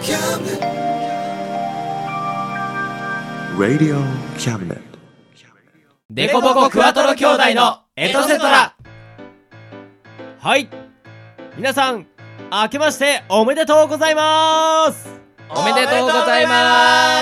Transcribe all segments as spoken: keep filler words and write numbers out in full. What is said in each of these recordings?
Radio Cabinet。 デコボコクワトロ兄弟のエトセトラ。はい、皆さん明けましておめでとうございます。 おめでとうございます。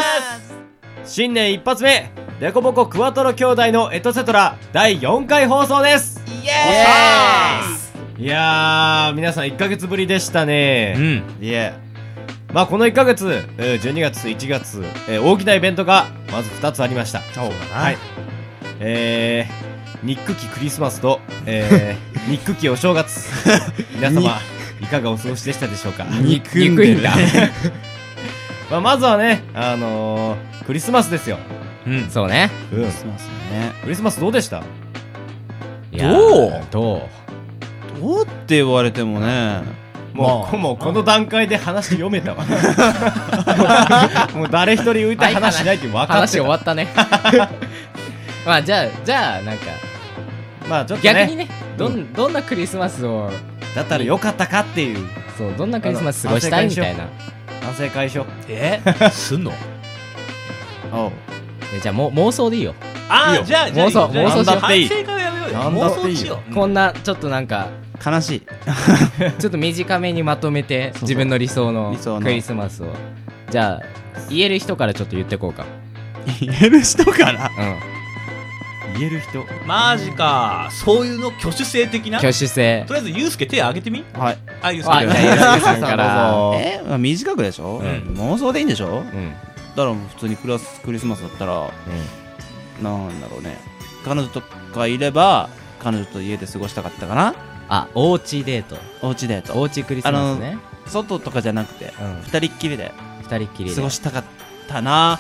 新年一発目、デコボコクワトロ兄弟のエトセトラだいよんかい放送です。 イエーイ。 いやー、皆さんいっかげつぶりでしたね。 うん。 いえ、まあこのいっかげつ、えー、じゅうにがついちがつ、えー、大きなイベントがまずふたつありました。 そうだな。 はい、えー、ニック期クリスマスと、えー、ニック期お正月皆様いかがお過ごしでしたでしょうか。 憎んでるんだまあまずはね、あのー、クリスマスですよ。 うん、そうね。 うん、クリスマスね。クリスマスどうでした？ いやどうどうどうって言われてもね、 もう、まあ、もうこの段階で話読めたわもう誰一人浮いた話しないって分かってた。 話終わったねまあじゃあじゃあなんかまあちょっとね、 逆にね、どんどんなクリスマスをだったらよかったかっていう、 そう、どんなクリスマス過ごしたいみたいな反省会しよう。 えすんの？ おう、 えじゃあも妄想でいいよ。 ああ、じゃあ妄想妄想しよう。 反省会はやめようよ。 なんだっていいよ。 妄想しよう。 こんなちょっとなんか悲しいちょっと短めにまとめてそうそう自分の理想の理想のクリスマスをじゃあ言える人からちょっと言ってこうか。 言える人からうん、 言える人。 マジか。そういうの挙手制的な。 挙手制。 とりあえずユウスケ手挙げてみ。 はいあ、ユウスケ。 あ、じゃあユウスケさんからどうぞ。 えー、まあ、短くでしょ、 うん、 妄想でいいんでしょ、 うんだからもう普通にクラスクリスマスだったら、なんだろうね、彼女とかいれば彼女と家で過ごしたかったかな。 あ、おうちデート。 おうちデート、 おうちクリスマスね。 外とかじゃなくて、 うん、 二人っきりで二人っきりで過ごしたかったな。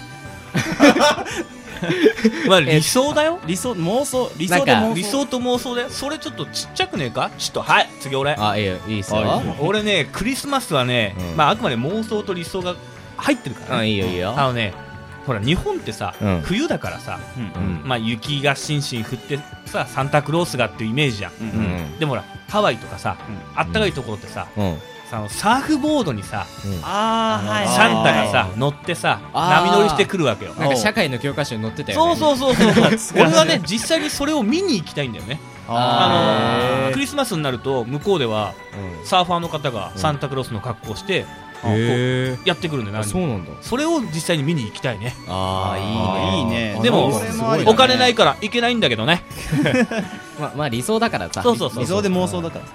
まあ理想だよ。 理想、妄想、理想でなんか妄想。 理想と妄想だよ。それちょっとちっちゃくねえか。ちょっとはい、次俺。 あ、いいよ、いいっすよ。 あいいよ俺ね、クリスマスはね、 うんまああくまで妄想と理想が入ってるからうん、 ね。 いいよいいよ。 あのね、ほら日本ってさ、 うん冬だからさ、 うんうんまあ雪がしんしん降ってさ、サンタクロースがっていうイメージじゃん。 うんううんんでもほらハワイとかさ、 うんあったかいところってさ、 うんさあのサーフボードにさ、 あー、はい、 サンタがさはい乗ってさ、 あー波乗りしてくるわけよ。 なんか社会の教科書に載ってたよね。 そうそうそうそう俺はね実際にそれを見に行きたいんだよね。 あーあのクリスマスになると向こうではうんサーファーの方がサンタクロースの格好をしてへやってくるんだよ。 ーあ、 何人そうなんだ。 それを実際に見に行きたいね。 ああーいいね。 でもそれもありだねお金ないから行けないんだけどね。 ままあ理想だからさ。 そうそうそう理想で妄想だからさ。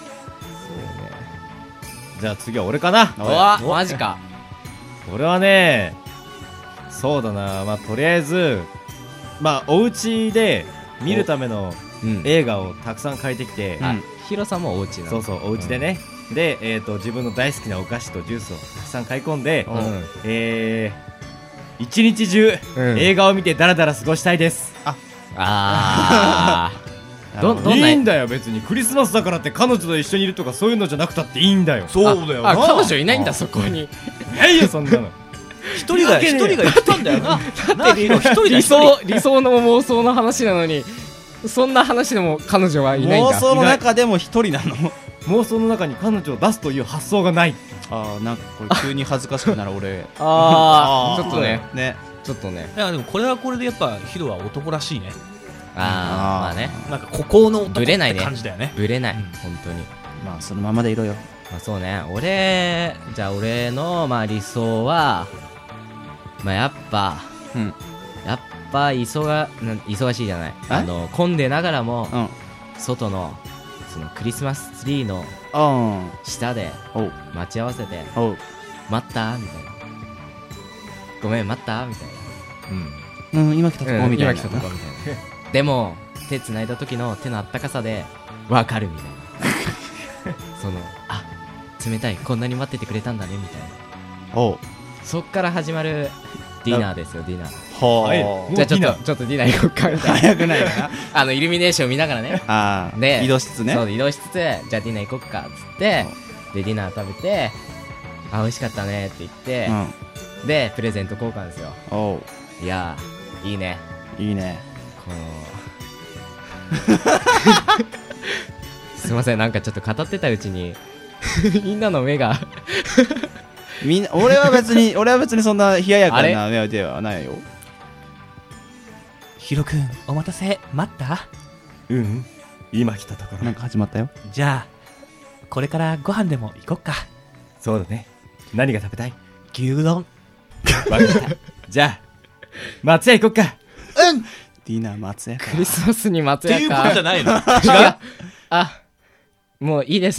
じゃあ次は俺かな。 うわ、マジか。 俺はね、そうだな、まあとりあえず、まあお家で見るためのうん映画をたくさん借りてきて、 あ、ヒロさんもお家なの。 そうそう、お家でね、で、えーと自分の大好きなお菓子とジュースをたくさん買い込んで、 うんえー、一日中、 うん映画を見てダラダラ過ごしたいです。 あーどどんないいんだよ、別にクリスマスだからって彼女と一緒にいるとかそういうのじゃなくたっていいんだよ。 そうだよあ、 な。 彼女いないんだそこに。 いやいや、そんなの一人が一人が言ってたんだよな。なあヒロ一人だ理一人。 想理想の妄想の話なのに、そんな話でも彼女はいないんだ。 妄想の中でも一人なの。 妄想の中に彼女を出すという発想がない。 ああ、なんかこれ急に恥ずかしくなる俺。 あーちょっとね、 ね。 ちょっとね。 いやでもこれはこれでやっぱヒロは男らしいね。 あーまあね、 なんか孤高の男ってぶれないね感じだよね。 ぶれない、 うん本当に。 まあそのままでいろよ。 まあそうね、俺じゃあ俺のまあ理想は、まあやっぱ、 うんやっぱ忙がなん忙しいじゃない、 えあの混んでながらも、 うん。 外のそのクリスマスツリーのあ下であ。おう。 待ち合わせて、 おう。 待ったみたいな、ごめん待ったみたいうん、今来たとな、 こみたいな。 今来たとこみたいなでも手繋いだ時の手のあったかさでわかるみたいなそのあ冷たい、こんなに待っててくれたんだねみたいな、 おう。 そっから始まるディナーですよ、ディナー。 はいはじゃあちょっディナーとちょっとディナー行こうかみたいな早くないかな。 あのイルミネーション見ながらねああ。 で移動しつつね。 そう移動しつつ、じゃあディナー行こっかっつってでディナー食べて、あ美味しかったねって言って、 うん。 でプレゼント交換ですよ。 おう。 いやーいいね、 いいね。 このすいません、なんかちょっと語ってたうちにみんなの目がみんな俺は別に俺は別にそんな冷ややかな目ではないよ。 ヒロ君お待たせ。待った？ うん、今来たところ。 なんか始まったよ。 じゃあこれからご飯でも行こっか。 そうだね。何が食べたい？ 牛丼。 わかったじゃあ松屋行こっか。 うん。ディナー松屋か。 クリスマスに松っていう屋か。 ことじゃないの？ 違う。あ、もういいです。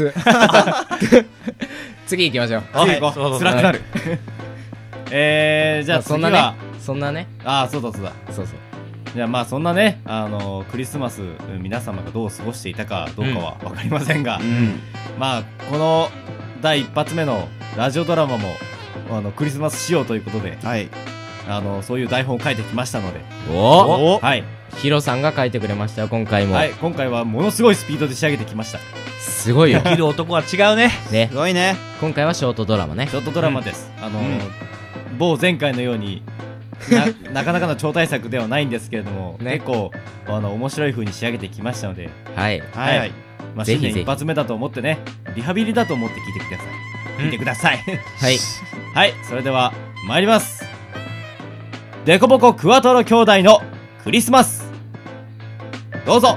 次行きましょう。 次行こう。 そうそうそう辛くなる。えー、じゃあ次そんなねは、 そんなね。 ああ、そうだそうだ。 そうそう。 じゃあまあそんなね、あのークリスマス皆様がどう過ごしていたかどうかは分かりませんが、 うん。 まあこの第一発目のラジオドラマもあのクリスマス仕様ということで、 はい。 あのそういう台本を書いてきましたので、 おおはい、 ヒロさんが書いてくれましたよ、今回も。 はい、今回はものすごいスピードで仕上げてきました。 すごいよ。 生きる男は違うね。 ねす。ごいね。 今回はショートドラマねシ。ョートドラマです。あのーうん某前回のようにななかなかの超大作ではないんですけれども、 ね結構あの面白い風に仕上げてきましたので、 はい。 はいはい。 まあ、 ぜひぜひ新年一発目だと思ってね、リハビリだと思って聞いてください。聞いてください。 はい。 はい、それでは参ります。デコボコクワトロ兄弟のクリスマス、どうぞ。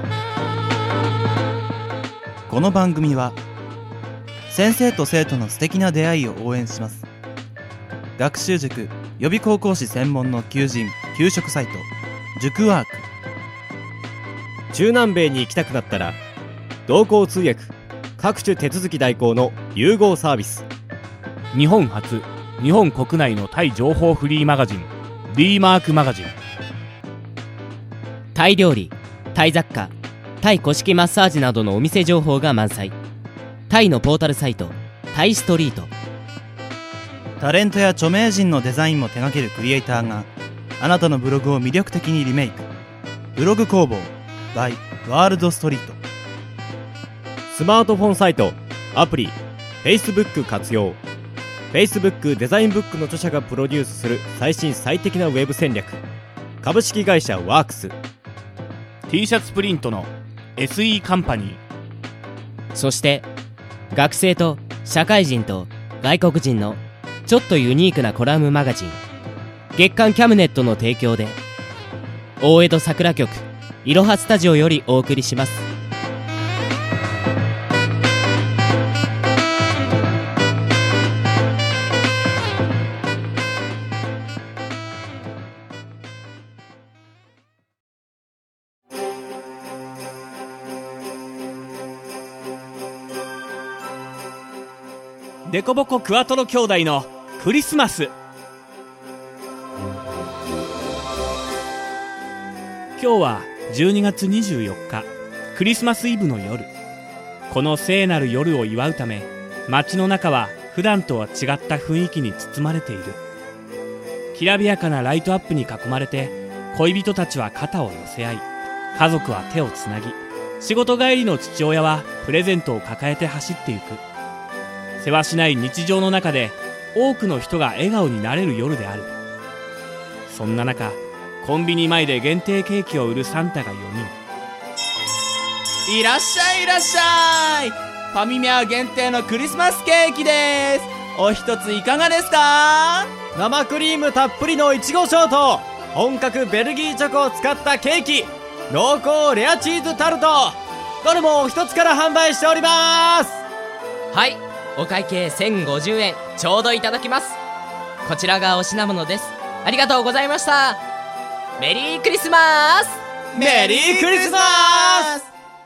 この番組は先生と生徒の素敵な出会いを応援します。学習塾予備高校士専門の求人・給食サイト塾ワーク。 中南米に行きたくなったら同行通訳各種手続き代行の融合サービス。 日本初日本国内のタイ情報フリーマガジン D マークマガジン。 タイ料理、タイ雑貨、タイ古式マッサージなどのお店情報が満載。タイのポータルサイトタイストリート。 タレントや著名人のデザインも手掛けるクリエイターがあなたのブログを魅力的にリメイク。ブログ工房 by ワールドストリート。 スマートフォンサイトアプリ Facebook 活用。 Facebook デザインブックの著者がプロデュースする最新最適なウェブ戦略。株式会社ワークス。 T シャツプリントの エスイー カンパニー。 そして学生と社会人と外国人のちょっとユニークなコラムマガジン月刊キャムネットの提供で大江戸桜局いろはスタジオよりお送りします。 デコボコクワトロ兄弟のクリスマス。今日はじゅうにがつにじゅうよっか、クリスマスイブの夜。この聖なる夜を祝うため、街の中は普段とは違った雰囲気に包まれている。きらびやかなライトアップに囲まれて、恋人たちは肩を寄せ合い、家族は手をつなぎ、仕事帰りの父親はプレゼントを抱えて走ってゆく。せわしない日常の中で多くの人が笑顔になれる夜である。そんな中、コンビニ前で限定ケーキを売るサンタがよにん。 いらっしゃいいらっしゃい。ファミマ限定のクリスマスケーキです。お一ついかがですか？ 生クリームたっぷりのいちごショート、本格ベルギーチョコを使ったケーキ、濃厚レアチーズタルト、どれも一つから販売しております。 はい、お会計せんごじゅうえんちょうどいただきます。こちらがお品物です。ありがとうございました。メリークリスマス。 メリークリスマス。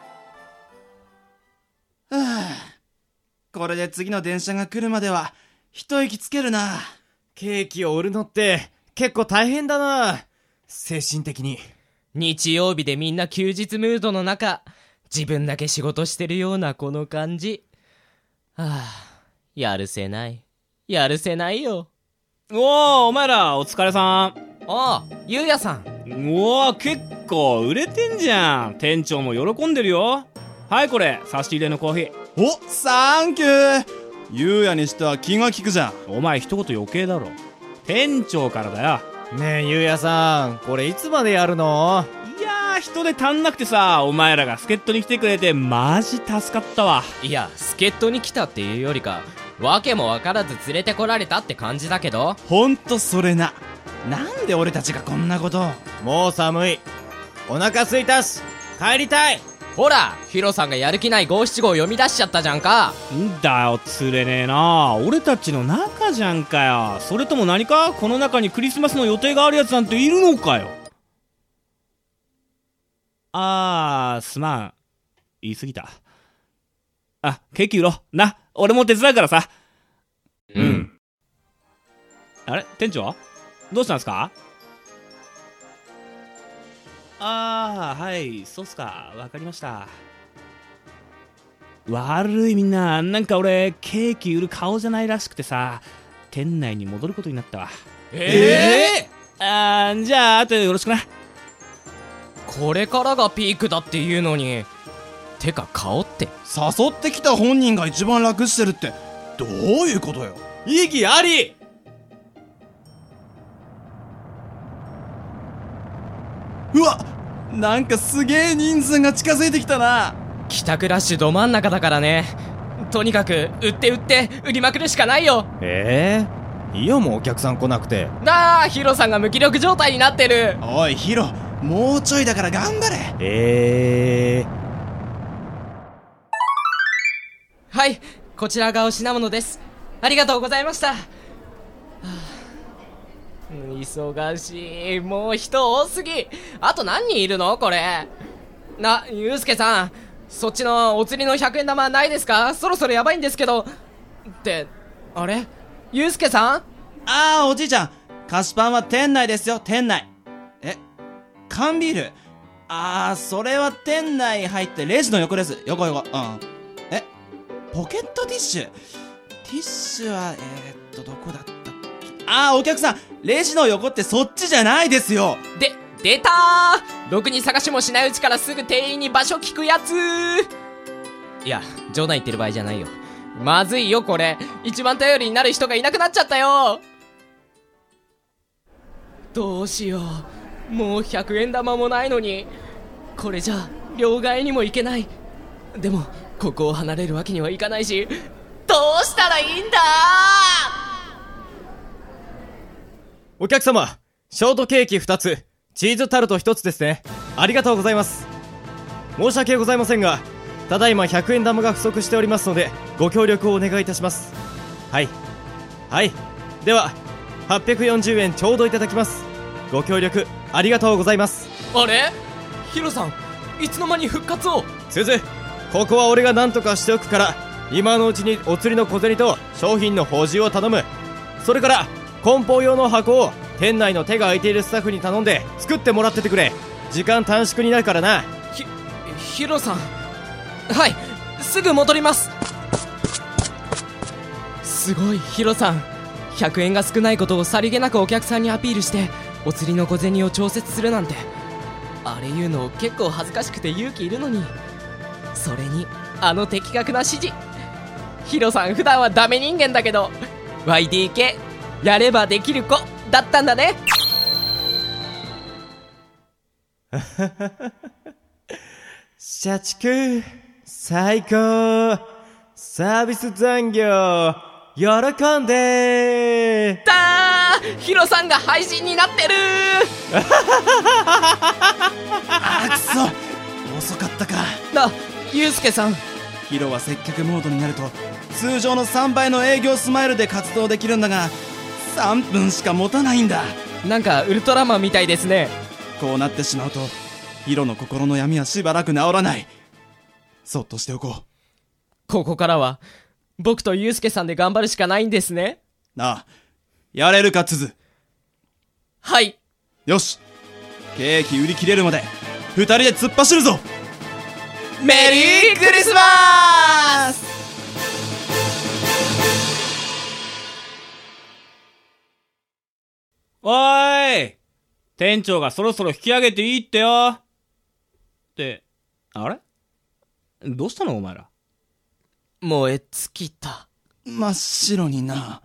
はあ、これで次の電車が来るまでは一息つけるな。 ケーキを売るのって結構大変だな、精神的に。 日曜日でみんな休日ムードの中、自分だけ仕事してるようなこの感じ。はあ、やるせないやるせないよ。 おー、お前らお疲れさん。 ああ、ゆうやさん。 おー、結構売れてんじゃん。店長も喜んでるよ。はい、これ差し入れのコーヒー。 お、サンキュー。ゆうやにしては気が利くじゃん。 お前一言余計だろ。店長からだよ。 ねえゆうやさん、これいつまでやるの？ いやー、人で足んなくてさ、お前らが助っ人に来てくれてマジ助かったわ。 いや、助っ人に来たっていうよりか、 わけもわからず連れてこられたって感じだけど。 ほんとそれな。なんで俺たちがこんなことを。 もう寒い。お腹すいたし帰りたい。 ほら、ヒロさんがやる気ないごしちご読み出しちゃったじゃんか。 んだよ釣れねえな。俺たちの中じゃんかよ。それとも何かこの中にクリスマスの予定があるやつなんているのかよ。あーすまん、言い過ぎた。あ、ケーキ売ろうな。俺も手伝うからさ。 うん。 あれ店長どうしたんすか？あーはい、そうっすか、わかりました。悪いみんな、なんか俺ケーキ売る顔じゃないらしくてさ、店内に戻ることになったわ。 ええー、あーじゃあ後でよろしくな。 これからがピークだっていうのに。てか顔って。 誘ってきた本人が一番楽してるってどういうことよ。 意義あり。 うわ、なんかすげえ人数が近づいてきたな。 帰宅ラッシュど真ん中だからね。とにかく売って売って売りまくるしかないよ。 ええー、いいよもうお客さん来なくて。 なあ、ヒロさんが無気力状態になってる。 おいヒロ、もうちょいだから頑張れ。 ええー、 はい、こちらがお品物です。ありがとうございました。はあ、忙しい。もう人多すぎ。あと何人いるのこれ。な、ゆうすけさん、そっちのお釣りのひゃくえん玉ないですか？そろそろやばいんですけど。って、あれ？ゆうすけさん？ あーおじいちゃん、菓子パンは店内ですよ、店内。え、缶ビール？あーそれは店内入ってレジの横です。横横。うん。え、ポケットティッシュ？ティッシュはえー、っとどこだったっけ？あーお客さん、レジの横ってそっちじゃないですよ。 で、出たー。ろくに探しもしないうちからすぐ店員に場所聞くやつ。いや、冗談言ってる場合じゃないよ。まずいよこれ。一番頼りになる人がいなくなっちゃったよ。どうしよう、もうひゃくえん玉もないのに。これじゃ両替にも行けない。でもここを離れるわけにはいかないし、どうしたらいいんだ。 お客様、ショートケーキふたつ、チーズタルトひとつですね。ありがとうございます。申し訳ございませんが、ただいまひゃくえん玉が不足しておりますので、ご協力をお願いいたします。はいはい、でははっぴゃくよんじゅうえんちょうどいただきます。ご協力ありがとうございます。 あれ、ヒロさん、いつの間に復活を。 すず、ここは俺が何とかしておくから、今のうちにお釣りの小銭と商品の補充を頼む。それから梱包用の箱を店内の手が空いているスタッフに頼んで作ってもらっててくれ。時間短縮になるからな。 ひ、ヒロさん。はい、すぐ戻ります。すごい、ヒロさん。ひゃくえんが少ないことをさりげなくお客さんにアピールしてお釣りの小銭を調節するなんて。あれ言うの結構恥ずかしくて勇気いるのに。それにあの的確な指示。ヒロさん普段はダメ人間だけど ワイディーケー やればできる子だったんだね。 社畜最高、サービス残業喜んでー。 だー、ヒロさんが廃人になってるー。 あーくそ、遅かったか。 な、ユウスケさん。 ヒロは接客モードになると通常のさんばいの営業スマイルで活動できるんだが、さんぷんしか持たないんだ。 なんかウルトラマンみたいですね。 こうなってしまうとヒロの心の闇はしばらく治らない。そっとしておこう。 ここからは僕とユウスケさんで頑張るしかないんですね。 ああ、やれるか、つづ。 はい。 よし、ケーキ売り切れるまで二人で突っ走るぞ。 メリークリスマス。 おーい、店長がそろそろ引き上げていいってよ。って、あれどうしたのお前ら。 燃え尽きた。 真っ白にな。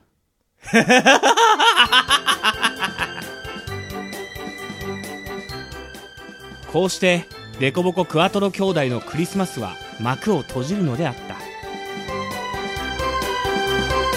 こうしてデコボコクワトロ兄弟のクリスマスは幕を閉じるのであった。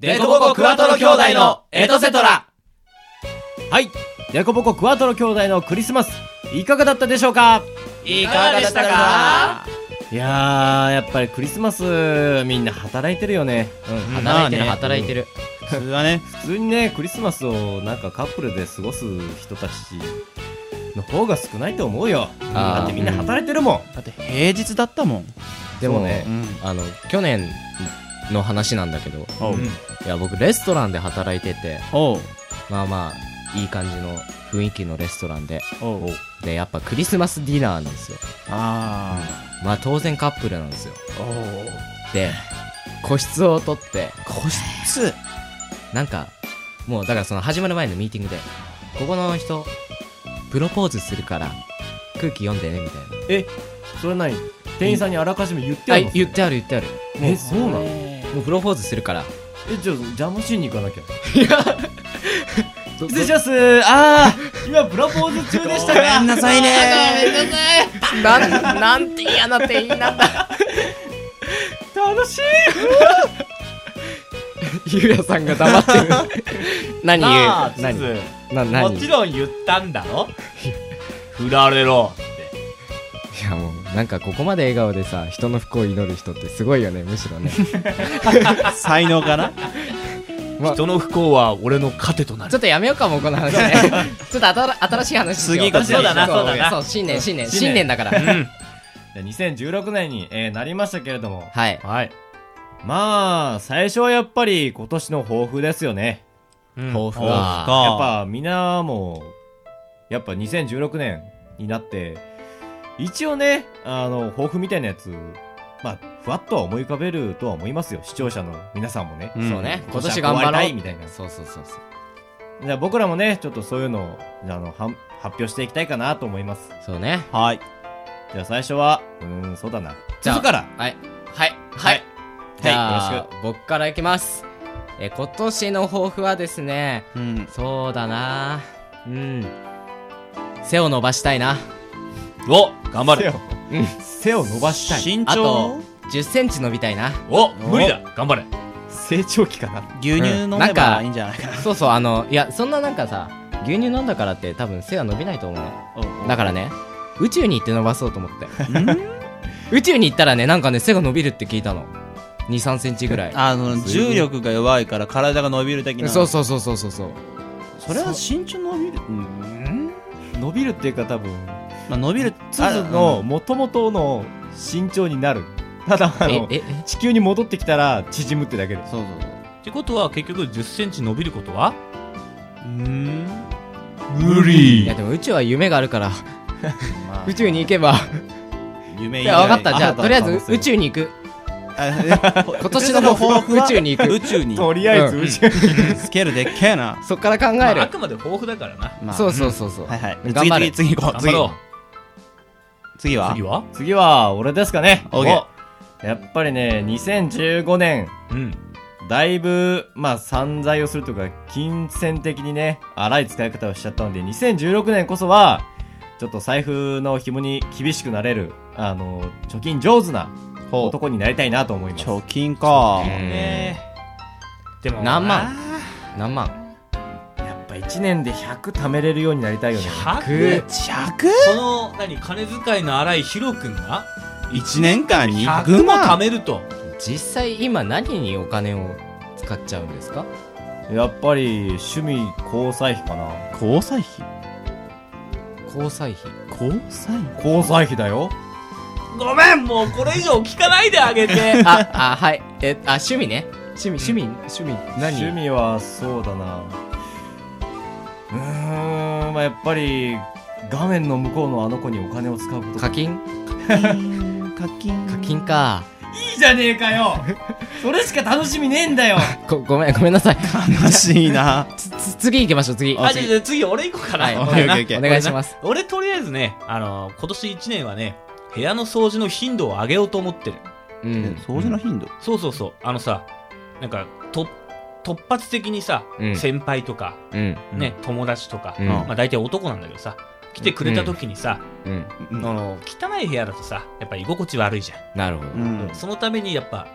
デコボコクワトロ兄弟のエトセトラ。 はい、デコボコクワトロ兄弟のクリスマスいかがだったでしょうか。 いかがでしたか。 いやー、やっぱりクリスマスみんな働いてるよね。 うん、働いてる、 まあね働いてる。 普通はね、 普通にね、クリスマスをなんかカップルで過ごす人たちの方が少ないと思うよ。 あーだってみんな働いてるもん。 だって平日だったもん。 でもね、 うんあの去年の話なんだけど、 おう、 いや僕レストランで働いてて、 おう、 まあまあいい感じの雰囲気のレストランで、 おう、 でやっぱクリスマスディナーなんですよ。 あまあ当然カップルなんですよ。 ー、おう、 で個室を取って個室、 なんかもうだからその始まる前のミーティングで、ここの人プロポーズするから空気読んでねみたいな。 え、それ何、店員さんにあらかじめ言ってあるの？ はい、言ってある言ってある。 え、そうなの？ もうプロポーズするから。 え、じゃあ邪魔しに行かなきゃ。いや失礼します。あー、今プロポーズ中でしたか。 ごめんなさいねごめんなさい。なんなんて嫌な店員なんだ。 楽しい。 ゆうやさんが黙ってる。何言なあう？何？ つつな何？ もちろん言ったんだろ。振られろって。 いやもうなんかここまで笑顔でさ、人の不幸を祈る人ってすごいよね。むしろね。 才能かな。 ま人の不幸は俺の糧となる。 ちょっとやめようかもうこの話ね。ちょっとあたら新しい話しよう。 次こそそうだなそうだなそう新年新年新年新年だから。 じゃあにせんじゅうろくねんに、えーなりましたけれども、 はい。 はい。まあ最初はやっぱり今年の抱負ですよね。 抱負抱負が。 かやっぱみんなもやっぱにせんじゅうろくねんになって一応ね、あの抱負みたいなやつ、まあふわっとは思い浮かべるとは思いますよ、視聴者の皆さんもね。 うんそうね。今今年年頑張はこうありたろいうみたいな。 そうそうそうそう。 じゃあ僕らもね、ちょっとそういうのをあのはん発表していきたいかなと思います。 そうね。 はい。 じゃあ最初はうーんそうだな。 じゃあ続からはいはいはい。じはいゃあよろし僕からいきます。え今年の抱負はですね、 うん。 そうだな。うん。背を伸ばしたいな。 お、頑張背をれ。 背を伸ばしたい。 身あと長、 じゅっセンチ伸びたいな。 お、無理だ。頑張れ。 成長期かな。 牛乳飲めなんかばいいんじゃないかな。 そうそう、あのいやそんななんかさ、牛乳飲んだからって多分背は伸びないと思うね。だからね、宇宙に行って伸ばそうと思って。宇宙に行ったらね、なんかね背が伸びるって聞いたの。に、さんセンチぐらい。 あの重力が弱いから体が伸びる的な。 そうそうそうそうそうそう。 それは身長伸びる。うん。 伸びるっていうか多分まあ伸びる。 つづの元々の身長になる。ただあのえええ地球に戻ってきたら縮むってだけで。 そうそうそう。 ってことは結局じゅっセンチ伸びることはうん。 無理。 いやでも宇宙は夢があるからまあ宇宙に行けば。いや夢以外分かった。じゃあとりあえず宇宙に行く。今年の抱負宇宙に行く。 宇宙にとりあえず宇宙に。 スケールでっけえな。 そっから考える。 まああくまで豊富だからな。 まあそうそうそうそう。 はいはい。 頑張れ次次次行こう。次頑張ろ次は次は次は俺ですかね。 オーケーおやっぱりね、にせんじゅうごねんうん。 だいぶまあ散財をするとか金銭的にね荒い使い方をしちゃったので、にせんじゅうろくねんこそはちょっと財布の紐に厳しくなれる、あの貯金上手な男になりたいなと思います。 貯金か。 えでも何万何万やっぱいちねんでひゃく貯めれるようになりたいよね。 ひゃく。 ひゃく？ その何金遣いの荒いヒロ君がいちねんかんにひゃくひゃくも貯まん。 めると。 実際今何にお金を使っちゃうんですか？ やっぱり趣味交際費かな。 交際費？ 交際費。 交際費？ 交際費だよ。 ごめん、もうこれ以上聞かないであげて。 ああはい。えあ趣味ね。趣味趣味趣味何？ 趣味はそうだな。うーん、まあやっぱり画面の向こうのあの子にお金を使うこと。 課金？ 課金。 課金か。 いいじゃねえかよ。それしか楽しみねえんだよ。 ごごめんごめんなさい。 悲しいな。 つつ次行きましょう次。 あ、じゃあじゃあ次俺行こうかな。 はいオッケーオッケーオッケーお願いします。 俺とりあえずね、あのー、今年いちねんはね、部屋の掃除の頻度を上げようと思ってる。 うん。 掃除の頻度？ そうそうそう。あのさ、なんか、と、突発的にさ、 うん先輩とか、 うんね、友達とか、 うんまあ大体男なんだけどさ、来てくれた時にさ、 うん。 あの、汚い部屋だとさ、やっぱり居心地悪いじゃん。 なるほど。 うん。 そのためにやっぱ、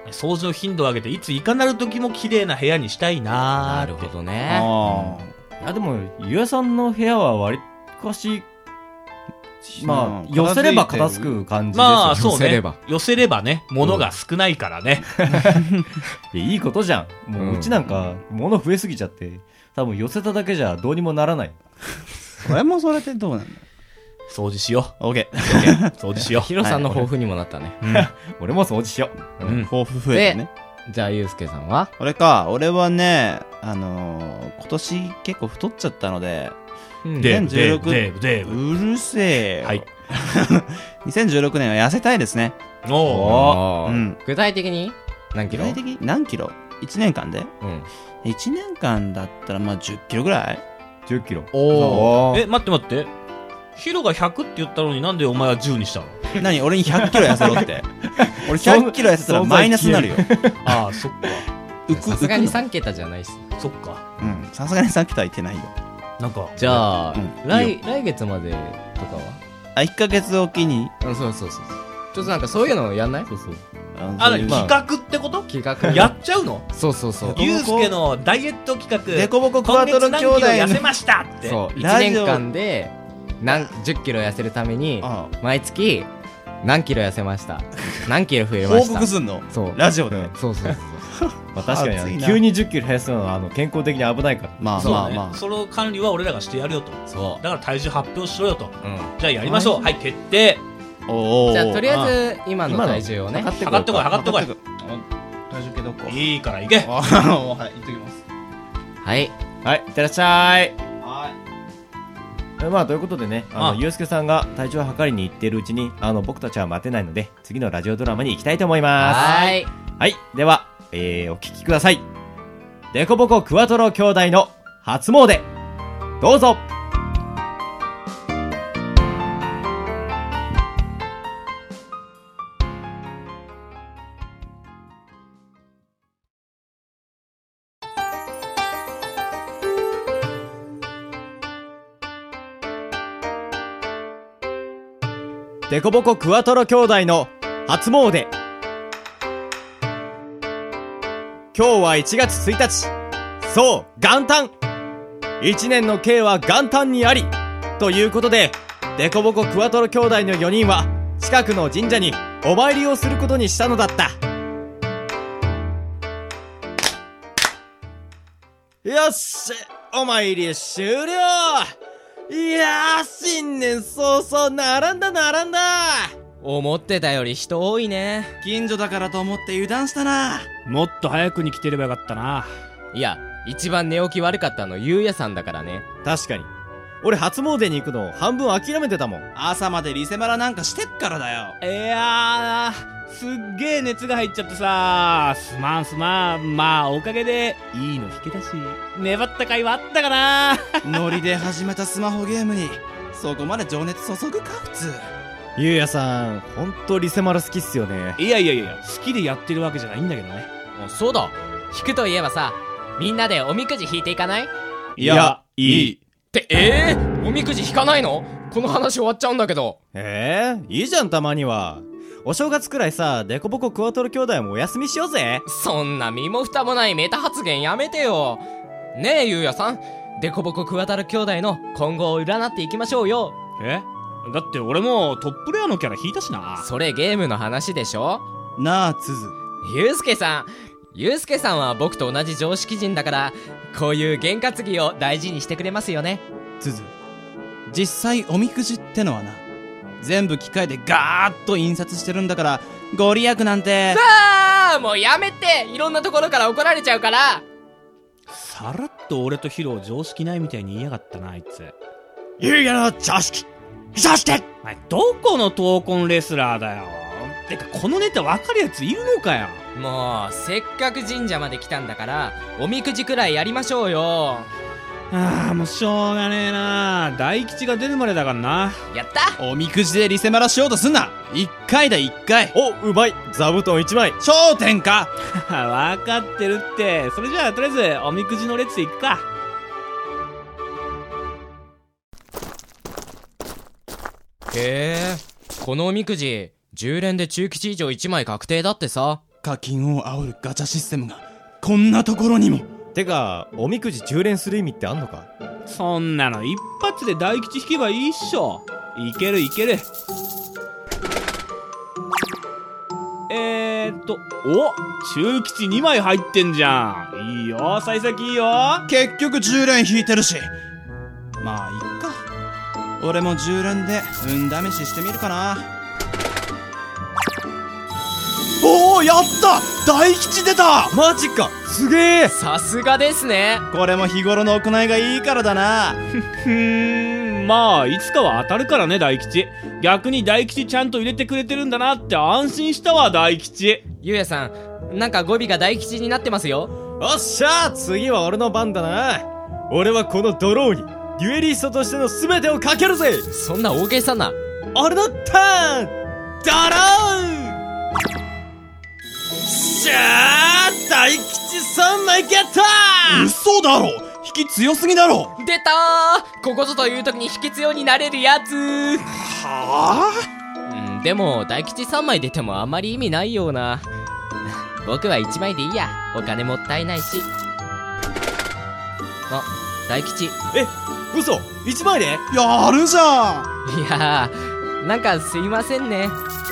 掃除の頻度を上げていついかなる時も綺麗な部屋にしたいなーって。 なるほどね。 あいやでもゆうやさんの部屋は割かしまあうん寄せれば片付く感じですよね。 まあそうね寄せれば寄せればね物が少ないからね、 いやいいことじゃん。もう、 うんうちなんか物増えすぎちゃって多分寄せただけじゃどうにもならない。 それもそれでどうなんだよ。 掃除しよオッケー。 う掃除しよヒロさんの抱負にもなったね。 俺も掃除しよう。 う、うん、 抱負増えてね。 じゃあ、ゆうすけさんは俺か、俺はね、あのー、今年結構太っちゃったので、 デーブにせんじゅうろくデーブデーブうるせえよ。 はいにせんじゅうろくねんは痩せたいですね。 おおおーうん具体的に何キロ具体的に何キロ ?いち 年間でうん。 ?いち 年間だったらまあじゅっキロぐらいじゅっキロ。 おー。 え待って待ってヒロがひゃくって言ったのになんでお前はじゅうにしたの？ 何俺にひゃっキロ痩せろって。俺ひゃっキロ痩せたらマイナスになるよ。 ああそっかうくさすがにうくのさん桁じゃないっす。 そっかうん。さすがにさん桁はいってないよ。 なんかじゃあ、 うん来、来月までとかはあ、いっかげつおきに。 うん、そうそうそう。ちょっとなんかそういうのやんないそうそう。 あそういう企画ってこと？ 企画。 やっちゃうの？ そうそうそう。 ゆうすけのダイエット企画デコボコクワトロ兄弟今月何キロ痩せの。 ましたってそう。いちラジオねんかんで、何、じゅっキロ痩せるために、 あ毎月、何キロ痩せました。何キロ増えあました。 報告すんのそう。 ラジオで。 そうそうそう。 まあ確かに熱いな急にじゅっキロ減らすのはあの健康的に危ないから。 まあそうねまあまあ。 その管理は俺らがしてやるよとそだから体重発表しろよとう。うん。 じゃあやりましょうはい決定おーおーじゃあ、とりあえず、今の今の体重をね。 測って測ってこい測ってこい体重計どこいいから行けああ、はい、言っときます。 はい。 はい、いってらっしゃい。 はえまあということでね、ああのゆうすけさんが体調を測りに行っているうちにあの僕たちは待てないので次のラジオドラマに行きたいと思います。 はーい。 はい、では、えー、お聞きください。デコボコクワトロ兄弟の初詣、どうぞ。デコボコクワトロ兄弟の初詣。今日はいちがつついたち、そう元旦。一年の計は元旦にありということで、デコボコクワトロ兄弟のよにんは近くの神社にお参りをすることにしたのだった。よし、お参り終了。いやー、新年早々並んだ並んだ。 思ってたより人多いね。 い。近所だからと思って油断したな。 もっと早くに来てればよかったな。 いや、一番寝起き悪かったのゆうやさんだからね。 確かに俺初詣に行くの半分諦めてたもん。 朝までリセマラなんかしてっからだよ。 いやー、すっげー熱が入っちゃってさ、すまんすまん。まあおかげでいいの引けたし、粘った甲斐はあったかな。 ノリで始めたスマホゲームにそこまで情熱注ぐか普通。 ゆうやさんほんとリセマラ好きっすよね。 いやいやいや、好きでやってるわけじゃないんだけどね。 あそうだ。引くといえばさ、みんなでおみくじ引いていかない？ いや、いい。 ってえー、おみくじ引かないの？この話終わっちゃうんだけど。 えー、いいじゃんたまには。お正月くらいさ、デコボコクワトロ兄弟もお休みしようぜ。 そんな身も蓋もないメタ発言やめてよ。ねえゆうやさん、デコボコクワトロ兄弟の今後を占っていきましょうよ。 えだって俺もトップレアのキャラ引いたしな。 それゲームの話でしょ。 なあ、つづ。 ゆうすけさんゆうすけさんは僕と同じ常識人だから、こういう験担ぎを大事にしてくれますよね。 つづ。実際おみくじってのはな、全部機械でガーッと印刷してるんだから、ご利益なんて。 ああもうやめて。いろんなところから怒られちゃうから。 さらっと俺とヒロ常識ないみたいに言いやがったなあいつ。 ゆうやの常識そしてお前どこの闘魂レスラーだよ。てかこのネタ分かるやついるのかよ。 もうせっかく神社まで来たんだから、おみくじくらいやりましょうよ。 ああもうしょうがねえな。大吉が出るまでだからな。 やったおみくじでリセマラしようとすんな。一回だ一回。 お、うまい座布団いちまい。 頂点か。 分かってるって。それじゃあとりあえずおみくじの列行くか。 へえ、このおみくじじゅう連で中吉以上いちまい確定だってさ。 課金を煽るガチャシステムがこんなところにも。 てかおみくじじゅう連する意味ってあんのか？ そんなの一発で大吉引けばいいっしょ。いけるいける。えーっとお中吉にまい入ってんじゃん。いいよ幸先いいよ。 結局じゅう連引いてるし、まあいっか。俺もじゅう連で運試ししてみるかな。おお、やった、大吉出た。 マジか、すげえ。 さすがですね。 これも日頃の行いがいいからだな。 ふーん、まあいつかは当たるからね大吉。逆に大吉ちゃんと入れてくれてるんだなって安心したわ大吉。 ゆうやさん、なんか語尾が大吉になってますよ。 おっしゃー、次は俺の番だな。俺はこのドローにデュエリストとしての全てをかけるぜ。 そんな大げさな。 俺のターンドロー。しゃー、大吉さんまいゲット。 嘘だろ、引き強すぎだろ。 出たー、ここぞという時に引き強になれるやつ。 はぁ、うん、でも大吉さんまい出てもあまり意味ないような。僕はいちまいでいいや、お金もったいないし。あ、大吉。 え、嘘、いちまいで？ やるじゃん。 いやー、なんかすいませんね。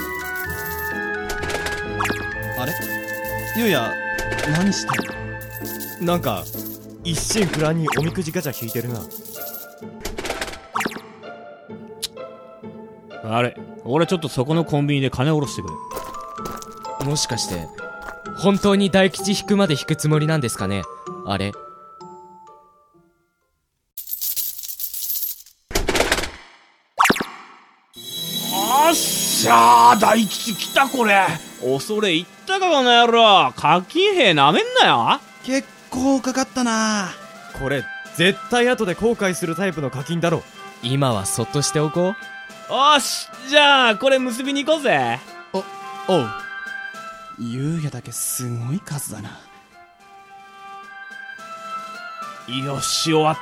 あれ、ゆうや何してんの？ なんか一心不乱におみくじガチャ引いてるな。 あれ、俺ちょっとそこのコンビニで金下ろしてくれ。 もしかして本当に大吉引くまで引くつもりなんですかね。あれ、 おっしゃー、大吉来た。これ恐れ入ったかこの野郎。課金兵なめんなよ。 結構かかったな。 これ絶対後で後悔するタイプの課金だろ。 今はそっとしておこう。 おし、じゃあこれ結びに行こうぜ。 おう。ゆうやだけすごい数だな。 よし、終わった。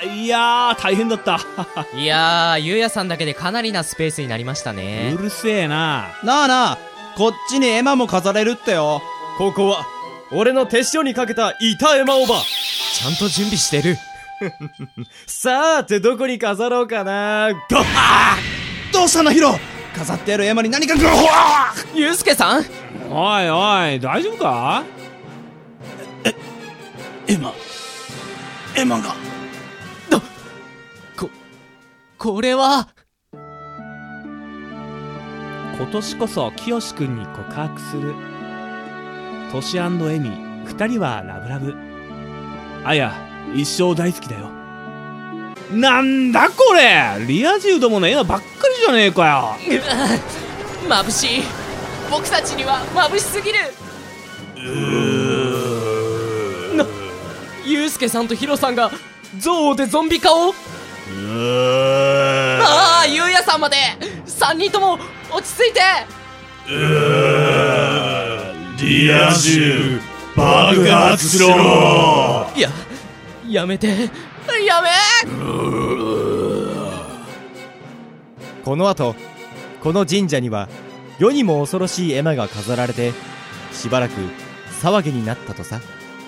いやー大変だったいやー、ゆうやさんだけでかなりなスペースになりましたね。 うるせえな。 なあなあ、こっちにエマも飾れるってよ。 ここは俺の手塩にかけた板エマオーバー。 ちゃんと準備してる。 さーてどこに飾ろうかな。ゴッどうしたのヒロ、飾ってあるエマに何かグゆうすけさん、 おいおい、大丈夫か？ エマエマがここれは。 今年こそ清くんに告白する。トシ&エミ二人はラブラブ。あや一生大好きだよ。なんだこれ、リア充どもの絵ばっかりじゃねえかよ。 眩しい、僕たちには眩しすぎる。な、ゆうすけさんとヒロさんが憎悪でゾンビ化を。ああ、ゆうやさんまでさんにんとも落ち着いて。 リア充爆発しろ。 いや、やめて、やめ。 この後この神社には世にも恐ろしい絵馬が飾られてしばらく騒ぎになったとさ。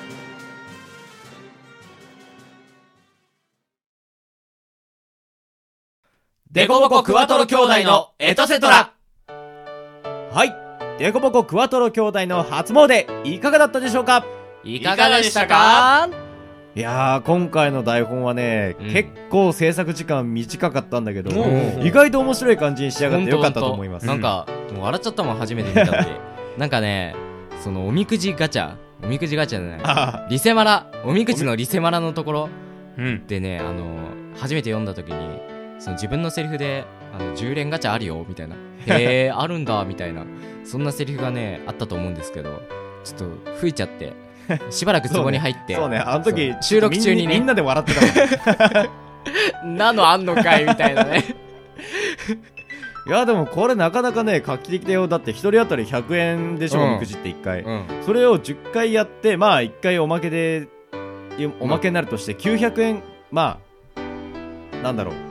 デコボコクワトロ兄弟のエトセトラ。 はい、デコボコクワトロ兄弟の初詣いかがだったでしょうか。 いかがでしたか？ いやー、今回の台本はね、 うん、 結構制作時間短かったんだけど、 うん、 意外と面白い感じに仕上がってよかったと思います。 なんかもう笑っちゃったもん、初めて見たんで。なんかね、そのおみくじガチャおみくじガチャじゃないリセマラ、おみくじのリセマラのところでね、あの初めて読んだ時にその自分のセリフであのじゅう連ガチャあるよみたいな、へえあるんだみたいな、そんなセリフがねあったと思うんですけど、ちょっと吹いちゃってしばらくツボに入ってそうね、そうね、あの時収録中にねみんなで笑ってたもんなのあんのかいみたいなね。 いやでもこれなかなかね画期的だよ。だって一人当たりひゃくえんでしょ、 うん、 おみくじっていっかい、うん、それをじゅっかいやって、まあいっかいおまけでおまけになるとしてきゅうひゃくえん、まあなんだろう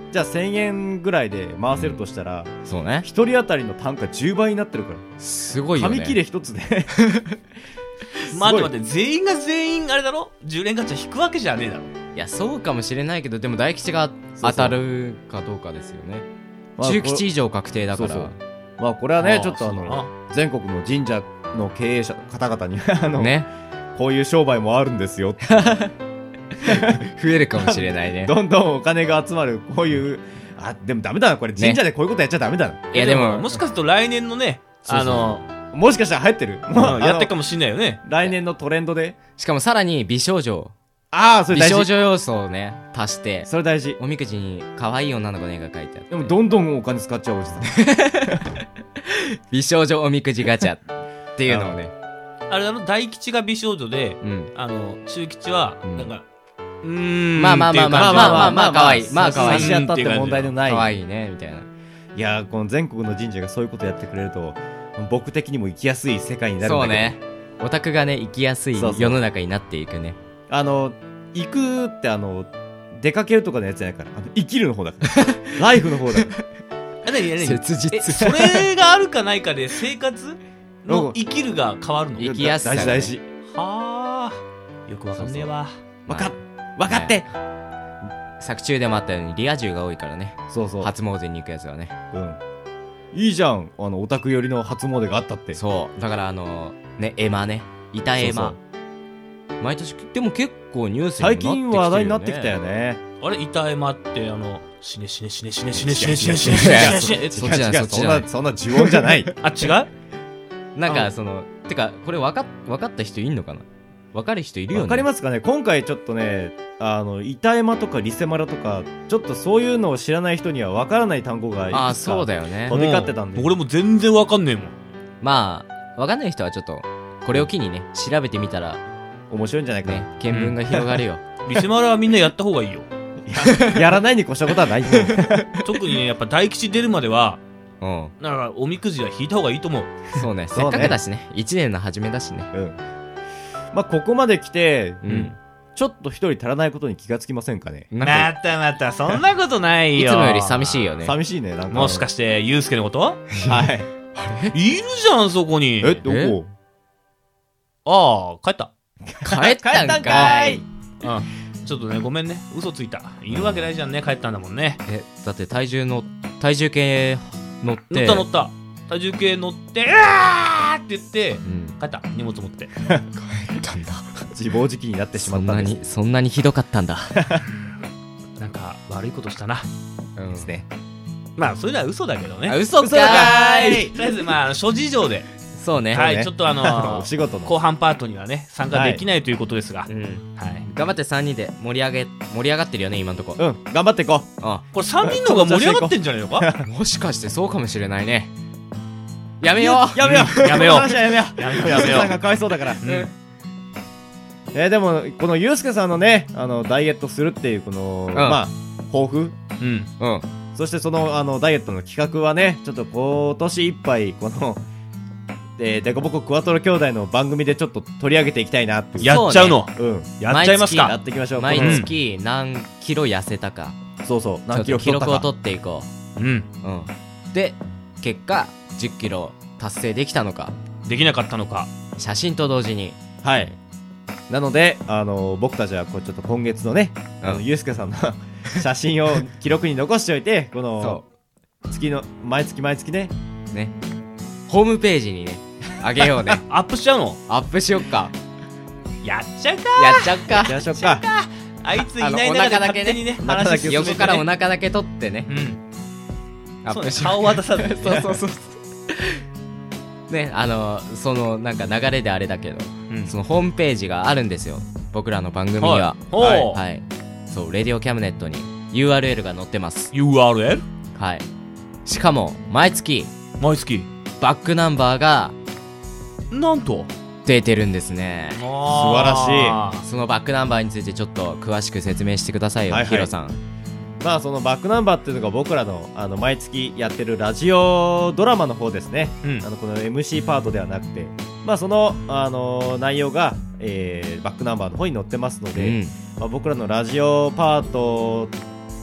じゃあせんえんぐらいで回せるとしたら、 そうね、 ひとり当たりの単価じゅうばいになってるからすごいよね。 紙切れ一つで待って待って、全員が全員あれだろ、じゅう連ガチャ引くわけじゃねえだろ。 いやそうかもしれないけど、でも大吉が当たるかどうかですよね。 まあ中吉以上確定だからそうそうまあこれはねああちょっとあのそうだな全国の神社の経営者方々にあの、 ね、 こういう商売もあるんですよ増えるかもしれないね。 どんどんお金が集まるこういうあでもダメだなこれ神社でこういうことやっちゃダメだな、 いやでももしかすると来年のね、あのもしかしたら流行ってるもうあのやってるかもしんないよね。 来年のトレンドでしかもさらに美少女ああそれ美少大事女要素をね足してそれ大事おみくじに可愛い女の子の絵が描いてあって、 でもどんどんお金使っちゃうおじさん美少女おみくじガチャっていうのをね、 あれだろ、大吉が美少女で、 うん、 あの中吉はうんなんかうーんまあまあまあまあまあまあまあ可愛いまあ可愛い差し当たって問題のない可愛いねみたいな。 いやーこの全国の神社がそういうことやってくれると僕的にも生きやすい世界になるんだけどそうね、オタクがね生きやすいそうそう世の中になっていくね。 あの行くってあの出かけるとかのやつじゃないからあの生きるの方だからライフの方だからえ何何切実えそれがあるかないかで生活の生きるが変わるの。 生きやすさがね大事大事はあよくわかんねえわ。 わかっ分かって作中でもあったようにリア充が多いからね、 そうそう初詣に行くやつはね。 うんいいじゃんあのオタク寄りの初詣があったってそうだからあのね絵馬ね板絵馬毎年でも結構ニュースにもなってきてるよね。 最近話題になってきたよねあれ板絵馬ってあの死ね死ね死ね死ね死ね死ね死いやね死ね死ね死ね死ねそっちじゃない違う違うそんそっちじゃないなそんな呪音じゃないあ違うなんかそのてかこれ分か分かった人いんのかな、分かる人いるよね。 わかりますかね今回ちょっとねあの板絵馬とかリセマラとかちょっとそういうのを知らない人にはわからない単語がいくつかああそうだよね。 飛び交ってたんで俺も全然わかんねえもん。 まあ分かんない人はちょっとこれを機にね調べてみたら面白いんじゃないかな、 ね見聞が広がるよ。 リセマラはみんなやった方がいいよ。 やらないに越したことはない特にねやっぱ大吉出るまではうんだからおみくじは引いた方がいいと思う。 そうねそうねせっかくだしねいちねんの初めだしね。 うんまあここまで来て、 うんちょっと一人足らないことに気がつきませんかねなんかまたまたそんなことないよ。 いつもより寂しいよね。 寂しいねなんかもしかしてユウスケのことはいいるじゃんそこに。 えどこああ帰った。 帰ったんかい。 うんちょっとねごめんね嘘ついた。いるわけないじゃんね帰ったんだもんね。 えだって体重の体重計乗って乗った乗った体重計乗ってうわーって言ってうん帰った荷物持って。 帰ったんだ。 自暴自棄になってしまそんなんったですにそんなにひどかったんだ。 なんか悪いことしたな。 うんですねまあそれらは嘘だけどね。 あ嘘かーい。 とりあえずまあ諸事情でそうね。 はいちょっとあのお仕事の後半パートにはね参加できないということですが、 うんはい、 頑張ってさんにんで盛り上げ盛り上がってるよね今んとこ。 うん頑張っていこうあこれさんにんの方が盛り上がってんじゃねえのか。 もしかしてそうかもしれないね。やめよう。 やめようやめようこの話はやめようやめようやめようさんがかわいそうだから、 うんえーでもこのゆうすけさんのねあのダイエットするっていうこの、まあ抱負うんうんそしてそのあのダイエットの企画はねちょっと今年いっぱいこのえー、デコボコクワトロ兄弟の番組でちょっと取り上げていきたいなっていうやっちゃうのうんやっちゃいますやか。 っていきましょう毎この月何キロ痩せたかそうそうちょ何っと記キロ太ったか録を取っていこうんう。うんで結果じゅっキロ達成できたのかできなかったのか。 写真と同時に。 はいなのであの僕たちはこうちょっと今月のねあのうんゆうすけさんの写真を記録に残しておいてこの月の毎月毎月ねねホームページにねあげようね。 アップしちゃうの。 アップしよっか。 やっちゃうか。 やっちゃうか。 やりましょうかあいついないあのお中で腹だけね勝手にねお腹だけ話進めてね横からお腹だけ取ってねうんそうねアップしよう。 顔は出さずにねそうそうそうねあのそのなんか流れであれだけどうんそのホームページがあるんですよ僕らの番組には。 ほうはい、はい、そうレディオキャムネットに ユーアールエル が載ってます。 ユーアールエルはいしかも毎月毎月バックナンバーがなんと出てるんですね。 素晴らそのバックナンバーについてちょっと詳しく説明してくださいよ、 はいはいヒロさん。 まあそのバックナンバーっていうのが僕らのあの毎月やってるラジオドラマの方ですね、 うんあのこの エムシー パートではなくてまあその、あの内容が、えーバックナンバーの方に載ってますので、 うんまあ、僕らのラジオパート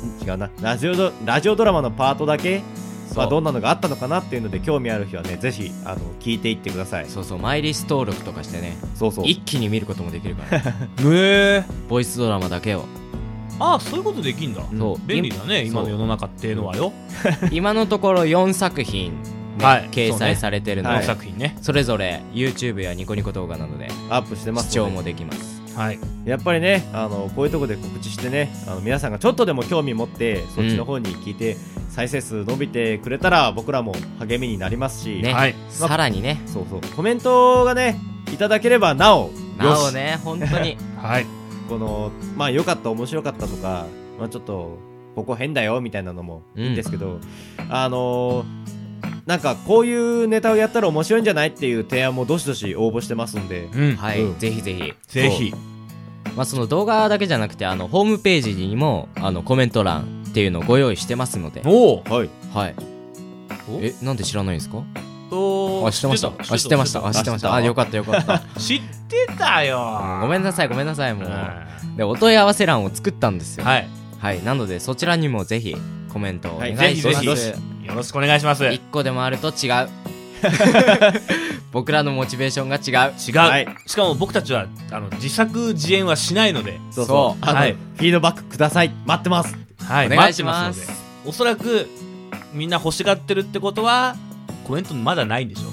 違うなラジオドラジオドラマのパートだけ、 そうまあ、どんなのがあったのかなっていうので興味ある人はねぜひあの聞いていってください。 そうそう、マイリス登録とかしてね、 そうそう一気に見ることもできるからへえ。 ボイスドラマだけを。 ああ、そういうことできんだ。 そう便利だね、 そう今の世の中っていうのはよ。 今のところよんさく品、ねはい掲載されてるのこので、 作品ね。 それぞれ YouTube やニコニコ動画などでアップしてます視聴のでもできます。 はい。 やっぱりねあのこういうとこで告知してねあの皆さんがちょっとでも興味持ってそっちの方に聞いて、再生数伸びてくれたら僕らも励みになりますし、 ね、 はい。 さらにね、 そうそうコメントがねいただければなおなおよしね、本当にはい。 このまあ良かった面白かったとか、まあ、ちょっとここ変だよみたいなのもいいんですけど、あのーなんかこういうネタをやったら面白いんじゃないっていう提案もどしどし応募してますんで、 うん。 はい、 うんぜひぜひ。 ぜひ。 まあ、その動画だけじゃなくて、あのホームページにもあのコメント欄っていうのをご用意してますので、 おお。 はいはい。 おえ、なんで知らないんですか？ とあ、知ってました。あ、知ってました。あ、知ってました。あ、よかったよかった。 知ってたよ。 ごめんなさい、ごめんなさい、もうんう。で、お問い合わせ欄を作ったんですよ。 はい。 はい、なのでそちらにもぜひコメントをお願いしぜひぜひます。 よろしくお願いします。違う。 一個でもあると違う。僕らのモチベーションが違う。 はいしかも僕たちはあの自作自演はしないので、 そうそうそうあの、 はいフィードバックください待ってます。 はい、 お願いします待ってますので、おそらくみんな欲しがってるってことはコメントまだないんでしょう。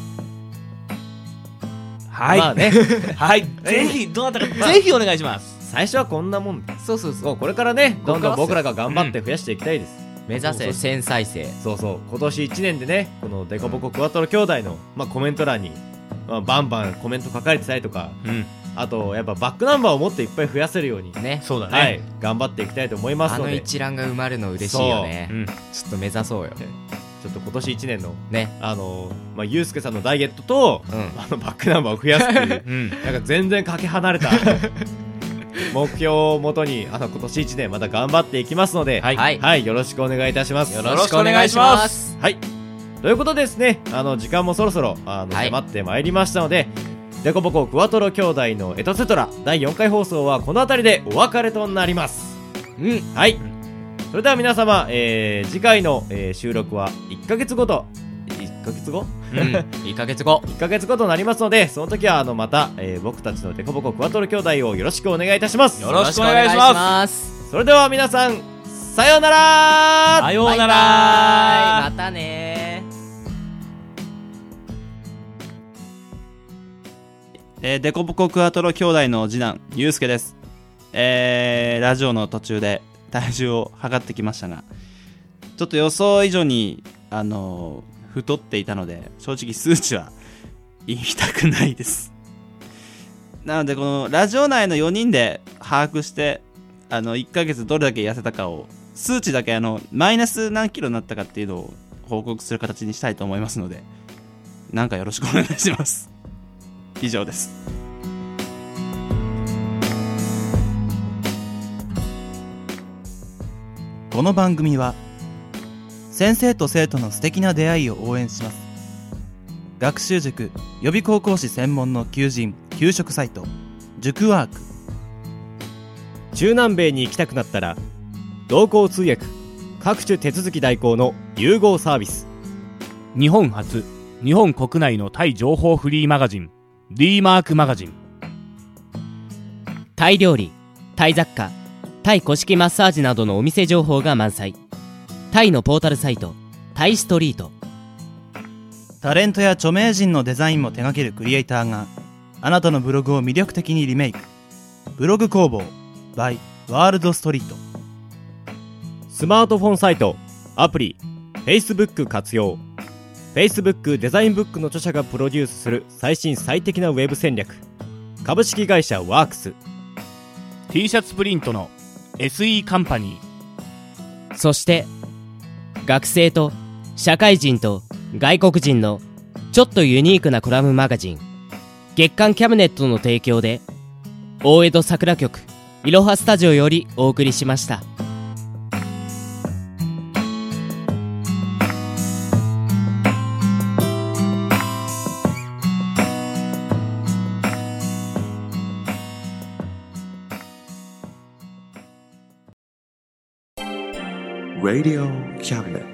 はい、 まあねはい、ぜひどなたかぜひお願いします。 最初はこんなもんでそうそうそう。 そうこれからねどんどんここから僕らが頑張って増やしていきたいです、 目指せせん再生。 そうそう今年いちねんでねこのデコボコクワトロ兄弟の、まあ、コメント欄に、まあ、バンバンコメント書かれてたりとか、 うん、 あとやっぱバックナンバーをもっといっぱい増やせるように、 ね。 そうだね。 はい頑張っていきたいと思いますあのので一覧が埋まるの嬉しいよね。 うん、 ちょっと目指そうよ。 ちょっと今年いちねんのね。 あのー、まあゆうすけさんのダイエットと、 うん。 あのバックナンバーを増やすっていううん、 なんか全然かけ離れた目標をもとにあの今年いちねんまた頑張っていきますので、 はいはい。 はい、よろしくお願いいたします。 よろしくお願いします。 はい。ということでですね、あの時間もそろそろあの、 はい迫ってまいりましたので、デコボコクワトロ兄弟のエトセトラだいよんかい放送はこの辺りでお別れとなります。 うん。 はい。それでは皆様、えー、次回の、えー収録はいっかげつごと、いっかげつごうん。いっかげつご。 いっかげつごとなりますので、その時はあのまた、えー僕たちのデコボコクワトロ兄弟をよろしくお願いいたします。 よろしくお願いしますます。 それでは皆さん、さようなら。 さようなバイバイ。 ら。 またねえー、デコボコクワトロ兄弟の次男ゆうすけです。えー、ラジオの途中で体重を測ってきましたが、ちょっと予想以上にあのー太っていたので、正直数値は言いたくないです。なのでこのラジオ内のよにんで把握して、あのいっかげつどれだけ痩せたかを、数値だけあのマイナス何キロになったかっていうのを報告する形にしたいと思いますので、なんかよろしくお願いします。以上です。 この番組は先生と生徒の素敵な出会いを応援します。学習塾予備高校師専門の求人・給食サイト塾ワーク。 中南米に行きたくなったら同行通訳各種手続き代行の融合サービス。 日本初日本国内のタイ情報フリーマガジン D マークマガジン。 タイ料理、タイ雑貨、タイ古式マッサージなどのお店情報が満載。タイのポータルサイトタイストリート。 タレントや著名人のデザインも手掛けるクリエイターがあなたのブログを魅力的にリメイク。ブログ工房 by ワールドストリート。 スマートフォンサイトアプリ Facebook 活用。 Facebook デザインブックの著者がプロデュースする最新最適なウェブ戦略。株式会社ワークス。 T シャツプリントの エスイー カンパニー。 そして学生と社会人と外国人のちょっとユニークなコラムマガジン月刊キャムネットの提供で大江戸桜局いろはスタジオよりお送りしました。 Radio Cabinet.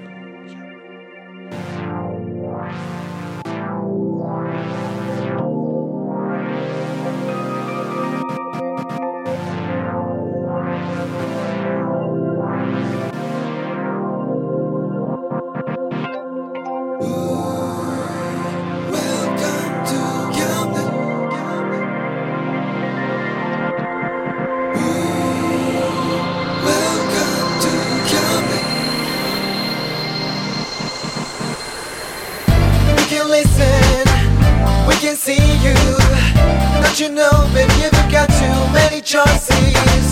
You know, baby, you've got too many choices.